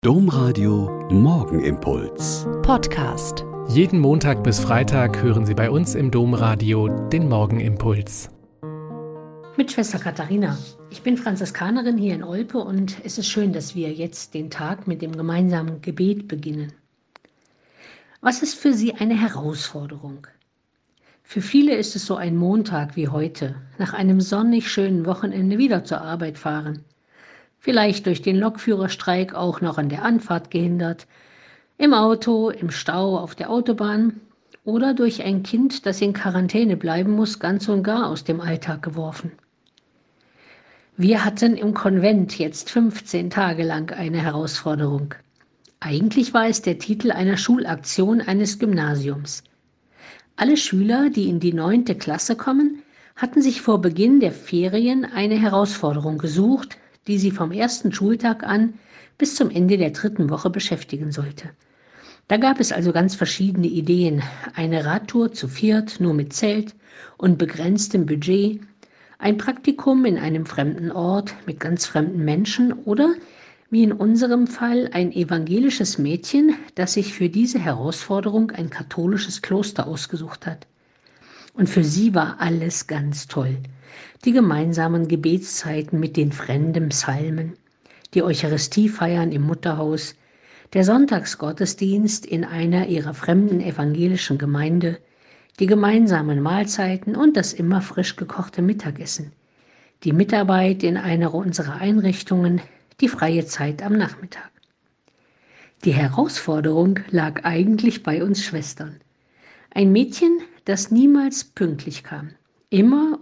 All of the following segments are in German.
Domradio Morgenimpuls. Podcast. Jeden Montag bis Freitag hören Sie bei uns im Domradio den Morgenimpuls. Mit Schwester Katharina. Ich bin Franziskanerin hier in Olpe und es ist schön, dass wir jetzt den Tag mit dem gemeinsamen Gebet beginnen. Was ist für Sie eine Herausforderung? Für viele ist es so ein Montag wie heute, nach einem sonnig schönen Wochenende wieder zur Arbeit fahren. Vielleicht durch den Lokführerstreik auch noch an der Anfahrt gehindert, im Auto, im Stau, auf der Autobahn oder durch ein Kind, das in Quarantäne bleiben muss, ganz und gar aus dem Alltag geworfen. Wir hatten im Konvent jetzt 15 Tage lang eine Herausforderung. Eigentlich war es der Titel einer Schulaktion eines Gymnasiums. Alle Schüler, die in die 9. Klasse kommen, hatten sich vor Beginn der Ferien eine Herausforderung gesucht, die sie vom ersten Schultag an bis zum Ende der 3. Woche beschäftigen sollte. Da gab es also ganz verschiedene Ideen. Eine Radtour zu 4, nur mit Zelt und begrenztem Budget, ein Praktikum in einem fremden Ort mit ganz fremden Menschen oder, wie in unserem Fall, ein evangelisches Mädchen, das sich für diese Herausforderung ein katholisches Kloster ausgesucht hat. Und für sie war alles ganz toll. Die gemeinsamen Gebetszeiten mit den fremden Psalmen, die Eucharistiefeiern im Mutterhaus, der Sonntagsgottesdienst in einer ihrer fremden evangelischen Gemeinde, die gemeinsamen Mahlzeiten und das immer frisch gekochte Mittagessen, die Mitarbeit in einer unserer Einrichtungen, die freie Zeit am Nachmittag. Die Herausforderung lag eigentlich bei uns Schwestern. Ein Mädchen, das niemals pünktlich kam, immer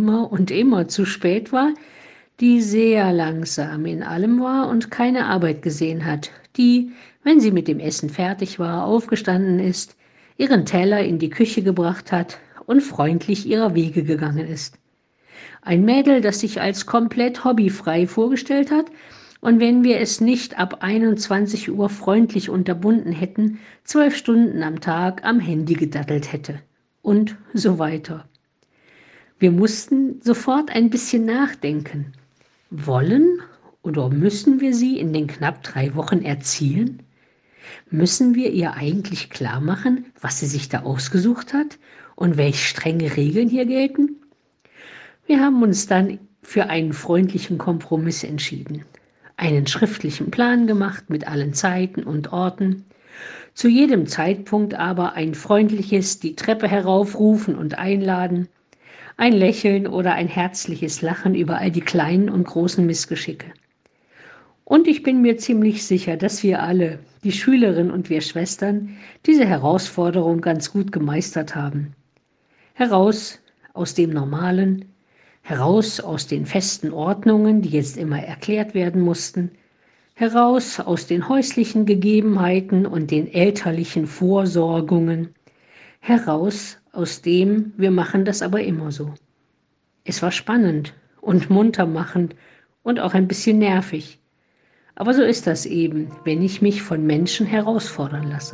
zu spät war, die sehr langsam in allem war und keine Arbeit gesehen hat, die, wenn sie mit dem Essen fertig war, aufgestanden ist, ihren Teller in die Küche gebracht hat und freundlich ihrer Wege gegangen ist. Ein Mädel, das sich als komplett hobbyfrei vorgestellt hat und wenn wir es nicht ab 21 Uhr freundlich unterbunden hätten, 12 Stunden am Tag am Handy gedattelt hätte. Und so weiter. Wir mussten sofort ein bisschen nachdenken. Wollen oder müssen wir sie in den knapp 3 Wochen erziehen? Müssen wir ihr eigentlich klar machen, was sie sich da ausgesucht hat und welche strenge Regeln hier gelten? Wir haben uns dann für einen freundlichen Kompromiss entschieden. Einen schriftlichen Plan gemacht mit allen Zeiten und Orten. Zu jedem Zeitpunkt aber ein freundliches die Treppe heraufrufen und einladen, ein Lächeln oder ein herzliches Lachen über all die kleinen und großen Missgeschicke. Und ich bin mir ziemlich sicher, dass wir alle, die Schülerin und wir Schwestern, diese Herausforderung ganz gut gemeistert haben. Heraus aus dem Normalen, heraus aus den festen Ordnungen, die jetzt immer erklärt werden mussten, heraus aus den häuslichen Gegebenheiten und den elterlichen Vorsorgungen, heraus aus dem, wir machen das aber immer so. Es war spannend und muntermachend und auch ein bisschen nervig. Aber so ist das eben, wenn ich mich von Menschen herausfordern lasse.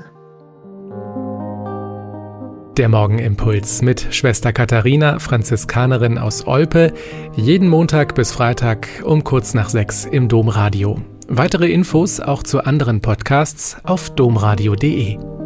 Der Morgenimpuls mit Schwester Katharina, Franziskanerin aus Olpe, jeden Montag bis Freitag um kurz nach 6 im Domradio. Weitere Infos auch zu anderen Podcasts auf domradio.de.